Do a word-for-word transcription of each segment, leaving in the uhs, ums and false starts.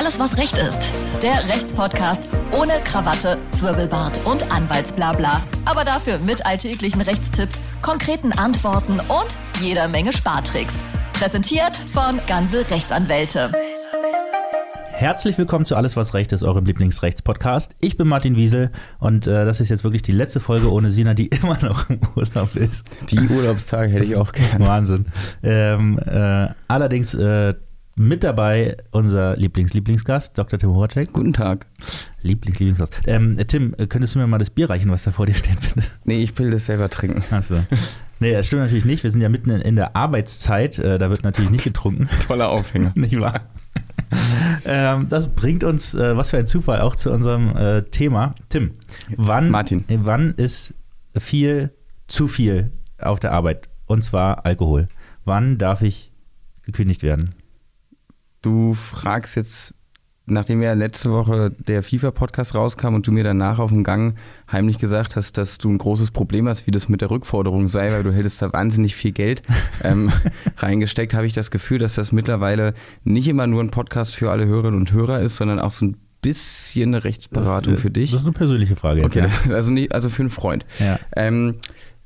Alles, was Recht ist. Der Rechtspodcast ohne Krawatte, Zwirbelbart und Anwaltsblabla. Aber dafür mit alltäglichen Rechtstipps, konkreten Antworten und jeder Menge Spartricks. Präsentiert von Ganze Rechtsanwälte. Herzlich willkommen zu Alles, was Recht ist, eurem Lieblingsrechtspodcast. Ich bin Martin Wiesel und äh, das ist jetzt wirklich die letzte Folge ohne Sina, die immer noch im Urlaub ist. Die Urlaubstage hätte ich auch gerne. Wahnsinn. Ähm, äh, allerdings äh, mit dabei unser Lieblings-Lieblingsgast, Doktor Tim Horacek. Guten Tag. Lieblings-Lieblingsgast. Ähm, Tim, könntest du mir mal das Bier reichen, was da vor dir steht, bitte? Nee, ich will das selber trinken. Achso. Nee, das stimmt natürlich nicht. Wir sind ja mitten in, in der Arbeitszeit. Äh, da wird natürlich nicht getrunken. Toller Aufhänger. Nicht wahr? ähm, das bringt uns, äh, was für ein Zufall, auch zu unserem äh, Thema. Tim, wann, Martin. Äh, wann ist viel zu viel auf der Arbeit? Und zwar Alkohol. Wann darf ich gekündigt werden? Du fragst jetzt, nachdem ja letzte Woche der FIFA-Podcast rauskam und du mir danach auf dem Gang heimlich gesagt hast, dass du ein großes Problem hast, wie das mit der Rückforderung sei, weil du hättest da wahnsinnig viel Geld ähm, reingesteckt, habe ich das Gefühl, dass das mittlerweile nicht immer nur ein Podcast für alle Hörerinnen und Hörer ist, sondern auch so ein bisschen eine Rechtsberatung das ist, für dich. Das ist eine persönliche Frage jetzt, okay, ja. Also, nicht, also für einen Freund. Ja. Ähm,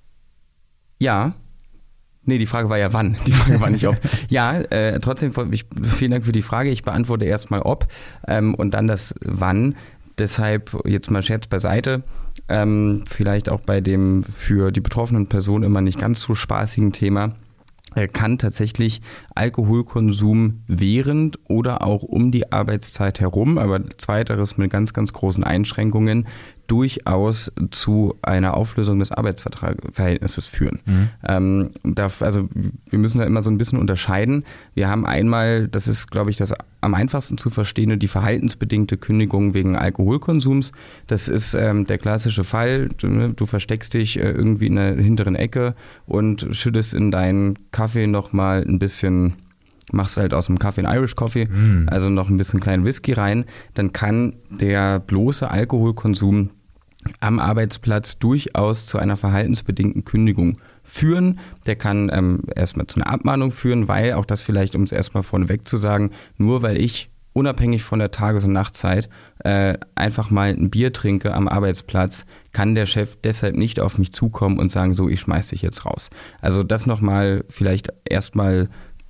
ja. Nee, die Frage war ja wann. Die Frage war nicht ob. Ja, äh, trotzdem, ich, vielen Dank für die Frage. Ich beantworte erstmal ob ähm, und dann das wann. Deshalb jetzt mal Scherz beiseite. Ähm, vielleicht auch bei dem für die betroffenen Personen immer nicht ganz so spaßigen Thema. Er kann tatsächlich Alkoholkonsum während oder auch um die Arbeitszeit herum, aber zweiteres mit ganz, ganz großen Einschränkungen, durchaus zu einer Auflösung des Arbeitsverhältnisses führen. Mhm. Ähm, darf, also wir müssen da immer so ein bisschen unterscheiden. Wir haben einmal, das ist, glaube ich, das am einfachsten zu verstehende, die verhaltensbedingte Kündigung wegen Alkoholkonsums. Das ist ähm, der klassische Fall. Du, du versteckst dich äh, irgendwie in der hinteren Ecke und schüttest in deinen Kaffee nochmal ein bisschen, machst halt aus dem Kaffee einen Irish Coffee, mm. also noch ein bisschen kleinen Whisky rein. Dann kann der bloße Alkoholkonsum am Arbeitsplatz durchaus zu einer verhaltensbedingten Kündigung führen. Der kann ähm, erstmal zu einer Abmahnung führen, weil, auch das vielleicht, um es erstmal vorneweg zu sagen, nur weil ich unabhängig von der Tages- und Nachtzeit äh, einfach mal ein Bier trinke am Arbeitsplatz, kann der Chef deshalb nicht auf mich zukommen und sagen, so, ich schmeiß dich jetzt raus. Also das nochmal vielleicht erstmal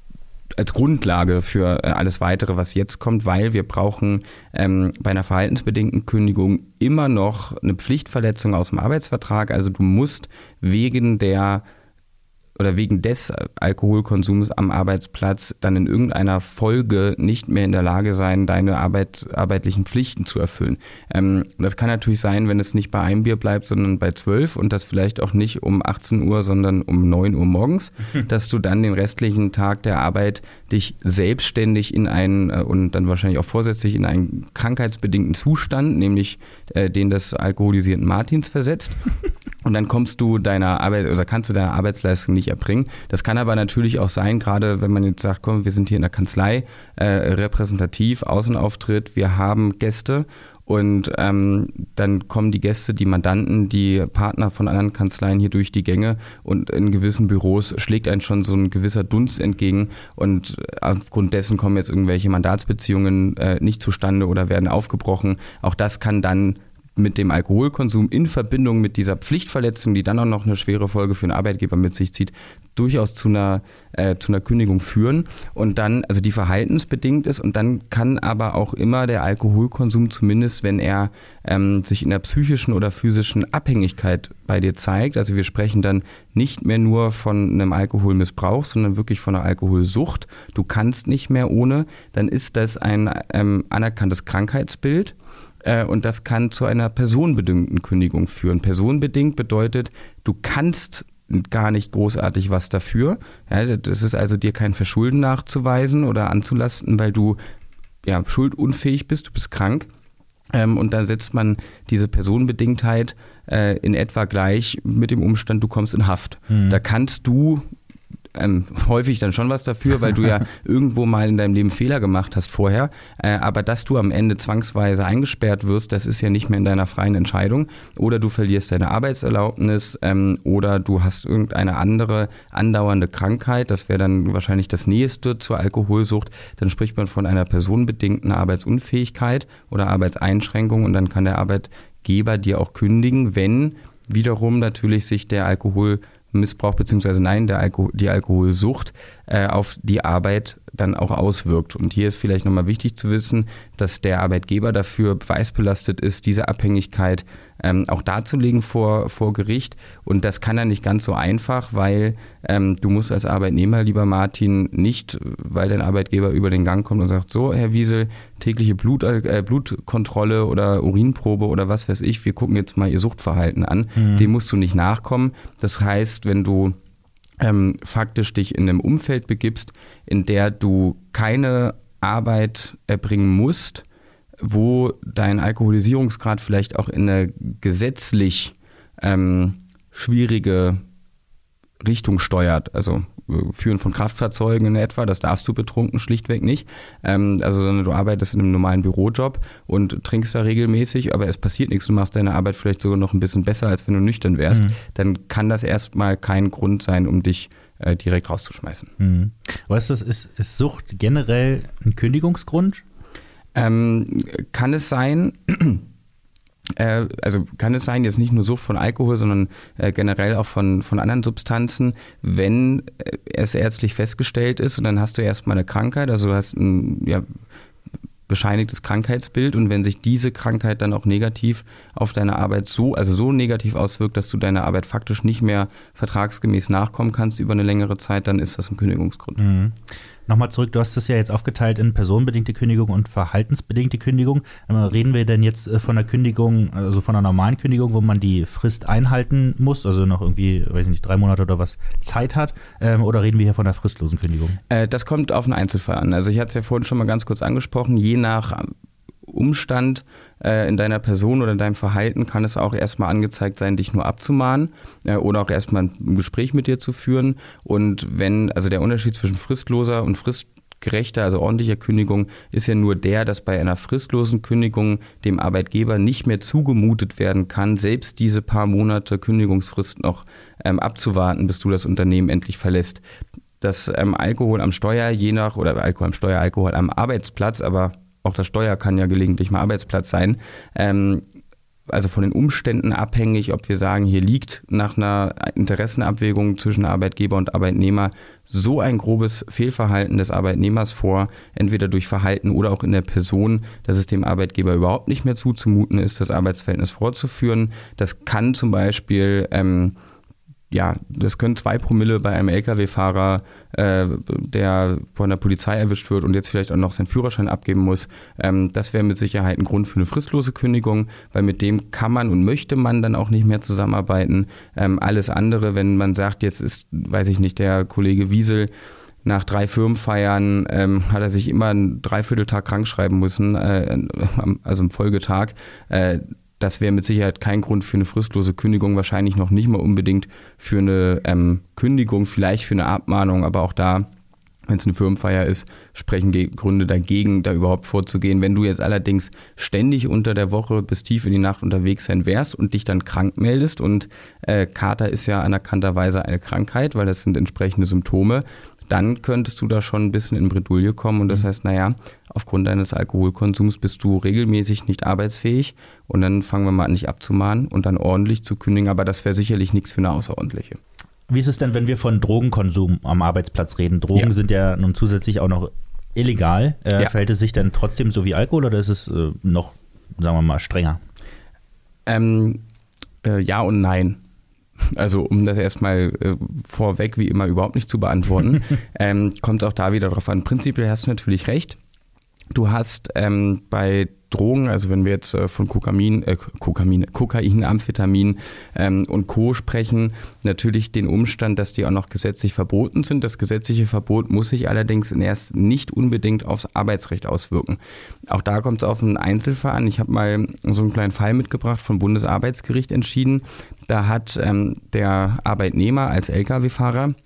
als Grundlage für alles Weitere, was jetzt kommt, weil wir brauchen ähm, bei einer verhaltensbedingten Kündigung immer noch eine Pflichtverletzung aus dem Arbeitsvertrag. Also du musst wegen der oder wegen des Alkoholkonsums am Arbeitsplatz dann in irgendeiner Folge nicht mehr in der Lage sein, deine Arbeit, arbeitlichen Pflichten zu erfüllen. Ähm, das kann natürlich sein, wenn es nicht bei einem Bier bleibt, sondern bei zwölf und das vielleicht auch nicht um achtzehn Uhr, sondern um neun Uhr morgens, dass du dann den restlichen Tag der Arbeit dich selbstständig in einen äh, und dann wahrscheinlich auch vorsätzlich in einen krankheitsbedingten Zustand, nämlich äh, den des alkoholisierten Martins versetzt. Und dann kommst du deiner Arbeit oder kannst du deine Arbeitsleistung nicht erbringen. Das kann aber natürlich auch sein, gerade wenn man jetzt sagt, komm, wir sind hier in der Kanzlei, äh, repräsentativ, Außenauftritt, wir haben Gäste und ähm, dann kommen die Gäste, die Mandanten, die Partner von anderen Kanzleien hier durch die Gänge und in gewissen Büros schlägt einem schon so ein gewisser Dunst entgegen und aufgrund dessen kommen jetzt irgendwelche Mandatsbeziehungen äh, nicht zustande oder werden aufgebrochen. Auch das kann dann mit dem Alkoholkonsum in Verbindung mit dieser Pflichtverletzung, die dann auch noch eine schwere Folge für den Arbeitgeber mit sich zieht, durchaus zu einer, äh, zu einer Kündigung führen und dann, also die verhaltensbedingt ist und dann kann aber auch immer der Alkoholkonsum, zumindest wenn er ähm, sich in der psychischen oder physischen Abhängigkeit bei dir zeigt, also wir sprechen dann nicht mehr nur von einem Alkoholmissbrauch, sondern wirklich von einer Alkoholsucht, du kannst nicht mehr ohne, dann ist das ein ähm, anerkanntes Krankheitsbild. Und das kann zu einer personenbedingten Kündigung führen. Personenbedingt bedeutet, du kannst gar nicht großartig was dafür. Ja, das ist also dir kein Verschulden nachzuweisen oder anzulasten, weil du ja, schuldunfähig bist, du bist krank. Und dann setzt man diese Personenbedingtheit in etwa gleich mit dem Umstand, du kommst in Haft. Mhm. Da kannst du ähm, häufig dann schon was dafür, weil du ja irgendwo mal in deinem Leben Fehler gemacht hast vorher. Äh, aber dass du am Ende zwangsweise eingesperrt wirst, das ist ja nicht mehr in deiner freien Entscheidung. Oder du verlierst deine Arbeitserlaubnis ähm, oder du hast irgendeine andere andauernde Krankheit. Das wäre dann wahrscheinlich das Nächste zur Alkoholsucht. Dann spricht man von einer personenbedingten Arbeitsunfähigkeit oder Arbeitseinschränkung und dann kann der Arbeitgeber dir auch kündigen, wenn wiederum natürlich sich der Alkoholmissbrauch beziehungsweise nein, der Alko- die Alkoholsucht äh, auf die Arbeit dann auch auswirkt. Und hier ist vielleicht nochmal wichtig zu wissen, dass der Arbeitgeber dafür beweisbelastet ist, diese Abhängigkeit ähm, auch darzulegen vor, vor Gericht. Und das kann er nicht ganz so einfach, weil ähm, du musst als Arbeitnehmer, lieber Martin, nicht, weil dein Arbeitgeber über den Gang kommt und sagt, so, Herr Wiesel, tägliche Blut, äh, Blutkontrolle oder Urinprobe oder was weiß ich, wir gucken jetzt mal Ihr Suchtverhalten an. Mhm. Dem musst du nicht nachkommen. Das heißt, wenn du ähm, faktisch dich in einem Umfeld begibst, in der du keine Arbeit erbringen musst, wo dein Alkoholisierungsgrad vielleicht auch in eine gesetzlich ähm, schwierige Richtung steuert, also Führen von Kraftfahrzeugen in etwa, das darfst du betrunken schlichtweg nicht, ähm, also sondern du arbeitest in einem normalen Bürojob und trinkst da regelmäßig, aber es passiert nichts, du machst deine Arbeit vielleicht sogar noch ein bisschen besser, als wenn du nüchtern wärst, mhm. dann kann das erstmal kein Grund sein, um dich äh, direkt rauszuschmeißen. Mhm. Weißt du, ist, ist Sucht generell ein Kündigungsgrund? Ähm, kann es sein, äh, also kann es sein, jetzt nicht nur Sucht von Alkohol, sondern äh, generell auch von, von anderen Substanzen, wenn äh, es ärztlich festgestellt ist und dann hast du erstmal eine Krankheit, also du hast ein ja, bescheinigtes Krankheitsbild und wenn sich diese Krankheit dann auch negativ auf deine Arbeit so, also so negativ auswirkt, dass du deiner Arbeit faktisch nicht mehr vertragsgemäß nachkommen kannst über eine längere Zeit, dann ist das ein Kündigungsgrund. Mhm. Nochmal zurück, du hast das ja jetzt aufgeteilt in personenbedingte Kündigung und verhaltensbedingte Kündigung. Reden wir denn jetzt von einer Kündigung, also von einer normalen Kündigung, wo man die Frist einhalten muss, also noch irgendwie, weiß ich nicht, drei Monate oder was Zeit hat, ähm, oder reden wir hier von einer fristlosen Kündigung? Äh, das kommt auf einen Einzelfall an. Also ich hatte es ja vorhin schon mal ganz kurz angesprochen, je nach Umstand äh, in deiner Person oder in deinem Verhalten kann es auch erstmal angezeigt sein, dich nur abzumahnen äh, oder auch erstmal ein Gespräch mit dir zu führen. Und wenn, also der Unterschied zwischen fristloser und fristgerechter, also ordentlicher Kündigung, ist ja nur der, dass bei einer fristlosen Kündigung dem Arbeitgeber nicht mehr zugemutet werden kann, selbst diese paar Monate Kündigungsfrist noch ähm, abzuwarten, bis du das Unternehmen endlich verlässt. Das ähm, Alkohol am Steuer, je nach, oder Alkohol am Steuer, Alkohol am Arbeitsplatz, aber auch das Steuer kann ja gelegentlich mal Arbeitsplatz sein. Ähm, also von den Umständen abhängig, ob wir sagen, hier liegt nach einer Interessenabwägung zwischen Arbeitgeber und Arbeitnehmer so ein grobes Fehlverhalten des Arbeitnehmers vor, entweder durch Verhalten oder auch in der Person, dass es dem Arbeitgeber überhaupt nicht mehr zuzumuten ist, das Arbeitsverhältnis fortzuführen. Das kann zum Beispiel ähm, Ja, das können zwei Promille bei einem L K W-Fahrer, äh, der von der Polizei erwischt wird und jetzt vielleicht auch noch seinen Führerschein abgeben muss. Ähm, das wäre mit Sicherheit ein Grund für eine fristlose Kündigung, weil mit dem kann man und möchte man dann auch nicht mehr zusammenarbeiten. Ähm, alles andere, wenn man sagt, jetzt ist, weiß ich nicht, der Kollege Wiesel nach drei Firmenfeiern ähm, hat er sich immer einen Dreivierteltag krank schreiben müssen, äh, also am Folgetag. Äh, Das wäre mit Sicherheit kein Grund für eine fristlose Kündigung, wahrscheinlich noch nicht mal unbedingt für eine ähm, Kündigung, vielleicht für eine Abmahnung, aber auch da, wenn es eine Firmenfeier ist, sprechen Ge- Gründe dagegen, da überhaupt vorzugehen. Wenn du jetzt allerdings ständig unter der Woche bis tief in die Nacht unterwegs sein wärst und dich dann krank meldest und äh, Kater ist ja anerkannterweise eine Krankheit, weil das sind entsprechende Symptome, dann könntest du da schon ein bisschen in Bredouille kommen und das heißt, naja, aufgrund deines Alkoholkonsums bist du regelmäßig nicht arbeitsfähig und dann fangen wir mal an, dich abzumahnen und dann ordentlich zu kündigen, aber das wäre sicherlich nichts für eine außerordentliche. Wie ist es denn, wenn wir von Drogenkonsum am Arbeitsplatz reden? Drogen ja. sind ja nun zusätzlich auch noch illegal. Äh, ja. Verhält es sich dann trotzdem so wie Alkohol oder ist es äh, noch, sagen wir mal, strenger? Ähm, äh, ja und nein. Also um das erstmal äh, vorweg wie immer überhaupt nicht zu beantworten, ähm, kommt auch da wieder drauf an. Prinzipiell hast du natürlich recht. Du hast ähm, bei Drogen, also wenn wir jetzt äh, von Kokain, äh, Kokain, Kokain, Amphetamin ähm, und Co. sprechen, natürlich den Umstand, dass die auch noch gesetzlich verboten sind. Das gesetzliche Verbot muss sich allerdings erst nicht unbedingt aufs Arbeitsrecht auswirken. Auch da kommt es auf einen Einzelfall an. Ich habe mal so einen kleinen Fall mitgebracht, vom Bundesarbeitsgericht entschieden. Da hat ähm, der Arbeitnehmer als L K W-Fahrer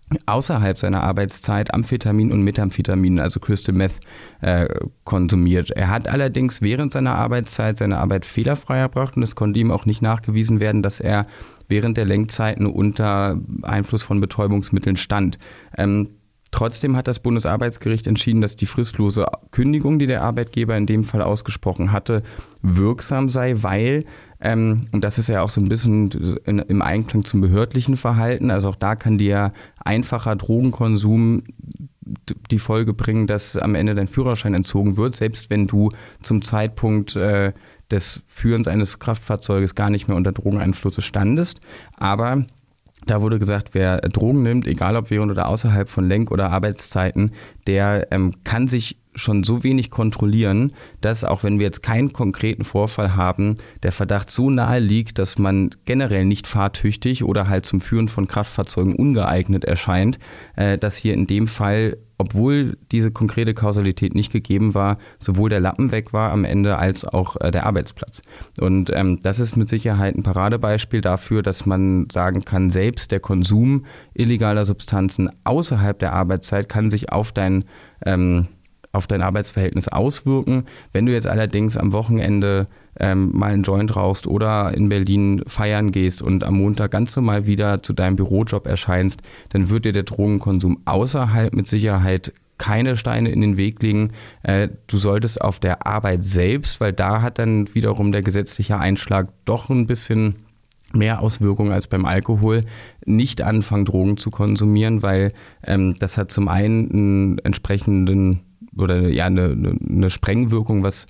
außerhalb seiner Arbeitszeit Amphetamin und Methamphetamin, also Crystal Meth, äh, konsumiert. Er hat allerdings während seiner Arbeitszeit seine Arbeit fehlerfrei erbracht und es konnte ihm auch nicht nachgewiesen werden, dass er während der Lenkzeiten unter Einfluss von Betäubungsmitteln stand. Ähm, Trotzdem hat das Bundesarbeitsgericht entschieden, dass die fristlose Kündigung, die der Arbeitgeber in dem Fall ausgesprochen hatte, wirksam sei, weil, ähm, und das ist ja auch so ein bisschen in, im Einklang zum behördlichen Verhalten, also auch da kann dir einfacher Drogenkonsum die Folge bringen, dass am Ende dein Führerschein entzogen wird, selbst wenn du zum Zeitpunkt äh, des Führens eines Kraftfahrzeuges gar nicht mehr unter Drogeneinfluss standest. Aber da wurde gesagt, wer Drogen nimmt, egal ob während oder außerhalb von Lenk- oder Arbeitszeiten, der ähm, kann sich schon so wenig kontrollieren, dass auch wenn wir jetzt keinen konkreten Vorfall haben, der Verdacht so nahe liegt, dass man generell nicht fahrtüchtig oder halt zum Führen von Kraftfahrzeugen ungeeignet erscheint, äh, dass hier in dem Fall, obwohl diese konkrete Kausalität nicht gegeben war, sowohl der Lappen weg war am Ende als auch äh, der Arbeitsplatz. Und ähm, das ist mit Sicherheit ein Paradebeispiel dafür, dass man sagen kann, selbst der Konsum illegaler Substanzen außerhalb der Arbeitszeit kann sich auf dein ähm, auf dein Arbeitsverhältnis auswirken. Wenn du jetzt allerdings am Wochenende ähm, mal einen Joint rauchst oder in Berlin feiern gehst und am Montag ganz normal wieder zu deinem Bürojob erscheinst, dann wird dir der Drogenkonsum außerhalb mit Sicherheit keine Steine in den Weg legen. Äh, du solltest auf der Arbeit selbst, weil da hat dann wiederum der gesetzliche Einschlag doch ein bisschen mehr Auswirkungen als beim Alkohol, nicht anfangen, Drogen zu konsumieren, weil ähm, das hat zum einen einen entsprechenden oder ja eine, eine Sprengwirkung, was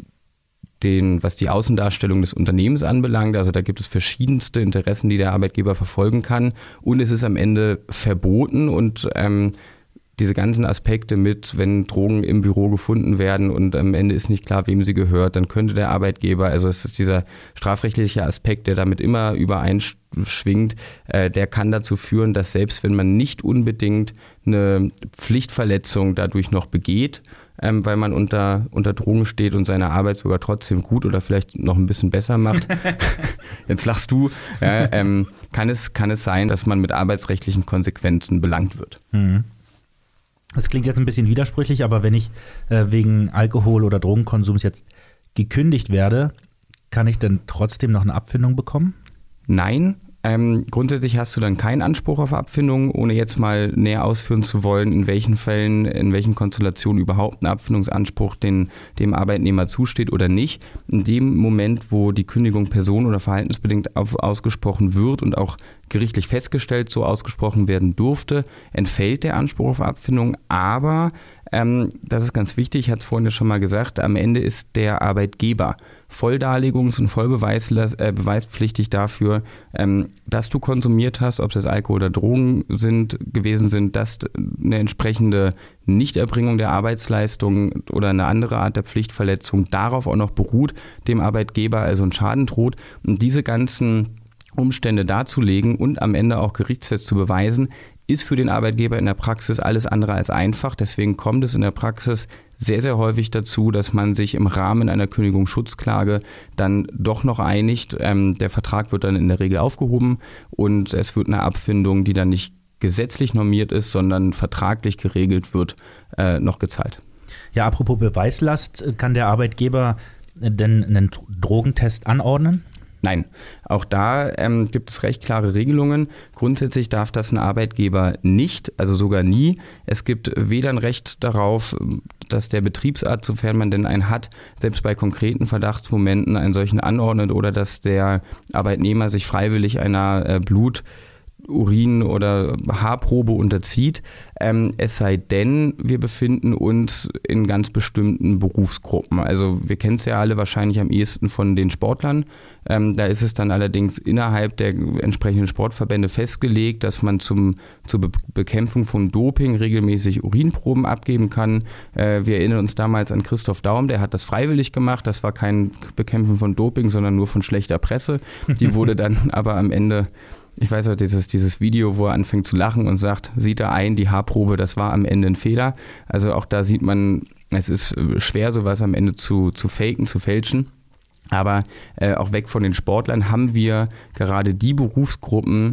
den, was die Außendarstellung des Unternehmens anbelangt. Also da gibt es verschiedenste Interessen, die der Arbeitgeber verfolgen kann. Und es ist am Ende verboten und ähm, diese ganzen Aspekte mit, wenn Drogen im Büro gefunden werden und am Ende ist nicht klar, wem sie gehört, dann könnte der Arbeitgeber, also es ist dieser strafrechtliche Aspekt, der damit immer übereinschwingt, äh, der kann dazu führen, dass selbst wenn man nicht unbedingt eine Pflichtverletzung dadurch noch begeht, ähm, weil man unter, unter Drogen steht und seine Arbeit sogar trotzdem gut oder vielleicht noch ein bisschen besser macht, jetzt lachst du, ja, ähm, kann es, kann es sein, dass man mit arbeitsrechtlichen Konsequenzen belangt wird. Mhm. Das klingt jetzt ein bisschen widersprüchlich, aber wenn ich äh, wegen Alkohol- oder Drogenkonsums jetzt gekündigt werde, kann ich dann trotzdem noch eine Abfindung bekommen? Nein. Ähm, grundsätzlich hast du dann keinen Anspruch auf Abfindung, ohne jetzt mal näher ausführen zu wollen, in welchen Fällen, in welchen Konstellationen überhaupt ein Abfindungsanspruch den, dem Arbeitnehmer zusteht oder nicht. In dem Moment, wo die Kündigung person- oder verhaltensbedingt auf, ausgesprochen wird und auch gerichtlich festgestellt so ausgesprochen werden durfte, entfällt der Anspruch auf Abfindung, aber ähm, das ist ganz wichtig, ich hatte es vorhin ja schon mal gesagt, am Ende ist der Arbeitgeber volldarlegungs- und vollbeweispflichtig dafür, ähm, dass du konsumiert hast, ob das Alkohol oder Drogen sind, gewesen sind, dass eine entsprechende Nichterbringung der Arbeitsleistung oder eine andere Art der Pflichtverletzung darauf auch noch beruht, dem Arbeitgeber also ein Schaden droht. Und diese ganzen Umstände darzulegen und am Ende auch gerichtsfest zu beweisen, ist für den Arbeitgeber in der Praxis alles andere als einfach. Deswegen kommt es in der Praxis sehr, sehr häufig dazu, dass man sich im Rahmen einer Kündigungsschutzklage dann doch noch einigt. Ähm, der Vertrag wird dann in der Regel aufgehoben und es wird eine Abfindung, die dann nicht gesetzlich normiert ist, sondern vertraglich geregelt wird, äh, noch gezahlt. Ja, apropos Beweislast, kann der Arbeitgeber denn einen Drogentest anordnen? Nein, auch da ähm, gibt es recht klare Regelungen. Grundsätzlich darf das ein Arbeitgeber nicht, also sogar nie. Es gibt weder ein Recht darauf, dass der Betriebsarzt, sofern man denn einen hat, selbst bei konkreten Verdachtsmomenten einen solchen anordnet oder dass der Arbeitnehmer sich freiwillig einer äh, Blut- Urin- oder Haarprobe unterzieht, ähm, es sei denn, wir befinden uns in ganz bestimmten Berufsgruppen. Also wir kennen es ja alle wahrscheinlich am ehesten von den Sportlern. Ähm, da ist es dann allerdings innerhalb der entsprechenden Sportverbände festgelegt, dass man zum, zur Be- Bekämpfung von Doping regelmäßig Urinproben abgeben kann. Äh, wir erinnern uns damals an Christoph Daum, der hat das freiwillig gemacht. Das war kein Bekämpfen von Doping, sondern nur von schlechter Presse. Die wurde dann aber am Ende... Ich weiß auch, dieses, dieses Video, wo er anfängt zu lachen und sagt, sieht er ein, die Haarprobe, das war am Ende ein Fehler. Also auch da sieht man, es ist schwer, sowas am Ende zu, zu faken, zu fälschen. Aber äh, auch weg von den Sportlern haben wir gerade die Berufsgruppen,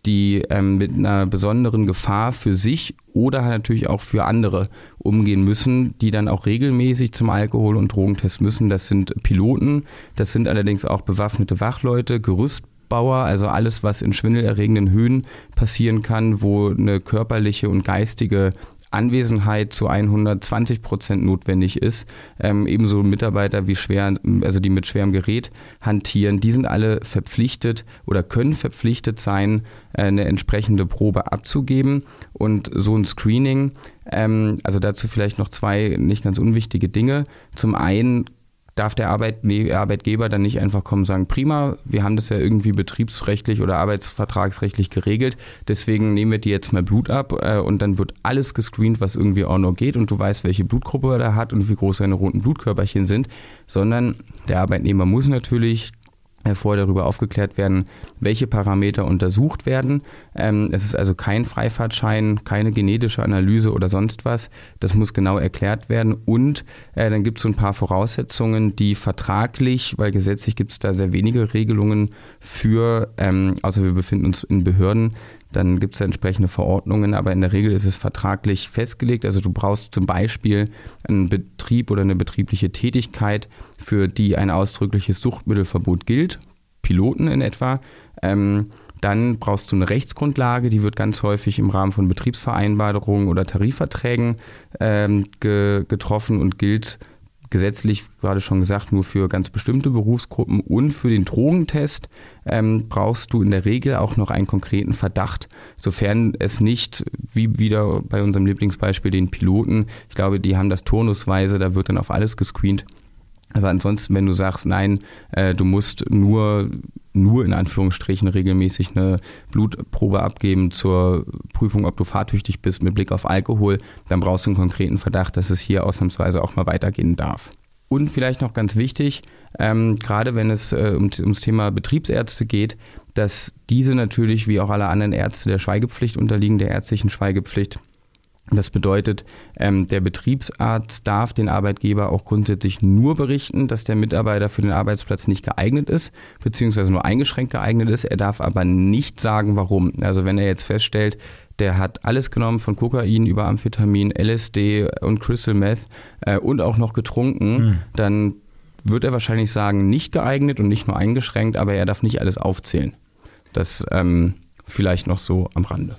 die ähm, mit einer besonderen Gefahr für sich oder natürlich auch für andere umgehen müssen, die dann auch regelmäßig zum Alkohol- und Drogentest müssen. Das sind Piloten, das sind allerdings auch bewaffnete Wachleute, Gerüstbauer, also alles, was in schwindelerregenden Höhen passieren kann, wo eine körperliche und geistige Anwesenheit zu hundertzwanzig Prozent notwendig ist. Ähm, ebenso Mitarbeiter, wie schwer, also die mit schwerem Gerät hantieren, die sind alle verpflichtet oder können verpflichtet sein, äh, eine entsprechende Probe abzugeben. Und so ein Screening, ähm, also dazu vielleicht noch zwei nicht ganz unwichtige Dinge. Zum einen darf der Arbeitne- Arbeitgeber dann nicht einfach kommen und sagen, prima, wir haben das ja irgendwie betriebsrechtlich oder arbeitsvertragsrechtlich geregelt, deswegen nehmen wir dir jetzt mal Blut ab äh, und dann wird alles gescreent, was irgendwie auch noch geht und du weißt, welche Blutgruppe er hat und wie groß seine roten Blutkörperchen sind, sondern der Arbeitnehmer muss natürlich vorher darüber aufgeklärt werden, welche Parameter untersucht werden. Ähm, es ist also kein Freifahrtschein, keine genetische Analyse oder sonst was. Das muss genau erklärt werden und äh, dann gibt es so ein paar Voraussetzungen, die vertraglich, weil gesetzlich gibt es da sehr wenige Regelungen für, ähm, außer wir befinden uns in Behörden, dann gibt es da entsprechende Verordnungen, aber in der Regel ist es vertraglich festgelegt. Also du brauchst zum Beispiel einen Betrieb oder eine betriebliche Tätigkeit, für die ein ausdrückliches Suchtmittelverbot gilt, Piloten in etwa. Ähm, dann brauchst du eine Rechtsgrundlage, die wird ganz häufig im Rahmen von Betriebsvereinbarungen oder Tarifverträgen ähm, ge- getroffen und gilt gesetzlich, gerade schon gesagt, nur für ganz bestimmte Berufsgruppen und für den Drogentest ähm, brauchst du in der Regel auch noch einen konkreten Verdacht, sofern es nicht, wie wieder bei unserem Lieblingsbeispiel, den Piloten, ich glaube, die haben das turnusweise, da wird dann auf alles gescreent. Aber ansonsten, wenn du sagst, nein, äh, du musst nur, nur in Anführungsstrichen regelmäßig eine Blutprobe abgeben zur Prüfung, ob du fahrtüchtig bist mit Blick auf Alkohol, dann brauchst du einen konkreten Verdacht, dass es hier ausnahmsweise auch mal weitergehen darf. Und vielleicht noch ganz wichtig, ähm, gerade wenn es äh, um, ums Thema Betriebsärzte geht, dass diese natürlich wie auch alle anderen Ärzte der Schweigepflicht unterliegen, der ärztlichen Schweigepflicht. Das bedeutet, ähm, der Betriebsarzt darf den Arbeitgeber auch grundsätzlich nur berichten, dass der Mitarbeiter für den Arbeitsplatz nicht geeignet ist, beziehungsweise nur eingeschränkt geeignet ist. Er darf aber nicht sagen, warum. Also wenn er jetzt feststellt, der hat alles genommen, von Kokain über Amphetamin, L S D und Crystal Meth äh, und auch noch getrunken, mhm. dann wird er wahrscheinlich sagen, nicht geeignet und nicht nur eingeschränkt, aber er darf nicht alles aufzählen. Das ähm, vielleicht noch so am Rande.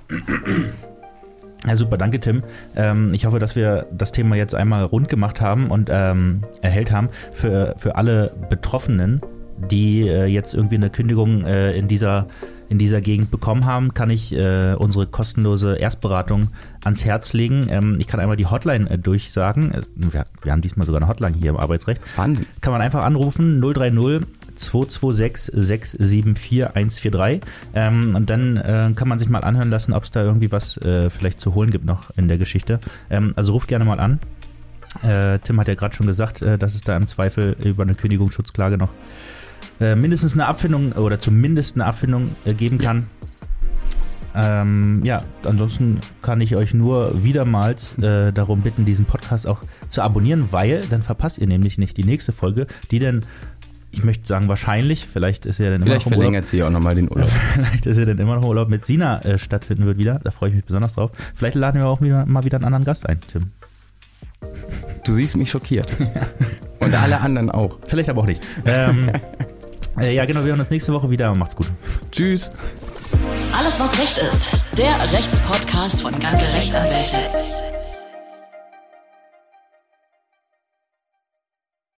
Ja, super, danke Tim. Ähm, ich hoffe, dass wir das Thema jetzt einmal rund gemacht haben und ähm, erhellt haben für, für alle Betroffenen, die äh, jetzt irgendwie eine Kündigung äh, in dieser in dieser Gegend bekommen haben, kann ich äh, unsere kostenlose Erstberatung ans Herz legen. Ähm, ich kann einmal die Hotline äh, durchsagen. Wir, wir haben diesmal sogar eine Hotline hier im Arbeitsrecht. Wahnsinn. Kann man einfach anrufen, null drei null zwei zwei sechs sechs sieben vier eins vier drei. Ähm, und dann äh, kann man sich mal anhören lassen, ob es da irgendwie was äh, vielleicht zu holen gibt noch in der Geschichte. Ähm, also ruft gerne mal an. Äh, Tim hat ja gerade schon gesagt, äh, dass es da im Zweifel über eine Kündigungsschutzklage noch Äh, mindestens eine Abfindung oder zumindest eine Abfindung äh, geben kann. Ähm, ja, ansonsten kann ich euch nur wiedermals äh, darum bitten, diesen Podcast auch zu abonnieren, weil dann verpasst ihr nämlich nicht die nächste Folge, die dann, ich möchte sagen wahrscheinlich, vielleicht ist ja dann immer noch Vielleicht verlängert sie auch nochmal den Urlaub. Vielleicht ist ja dann immer noch Urlaub mit Sina äh, stattfinden wird wieder, da freue ich mich besonders drauf. Vielleicht laden wir auch wieder, mal wieder einen anderen Gast ein, Tim. Du siehst mich schockiert. Und alle anderen auch. Vielleicht aber auch nicht. Ähm, Äh, ja, genau, wir hören uns nächste Woche wieder. Macht's gut. Tschüss. Alles, was Recht ist. Der Rechtspodcast von Ganze Rechtsanwälte.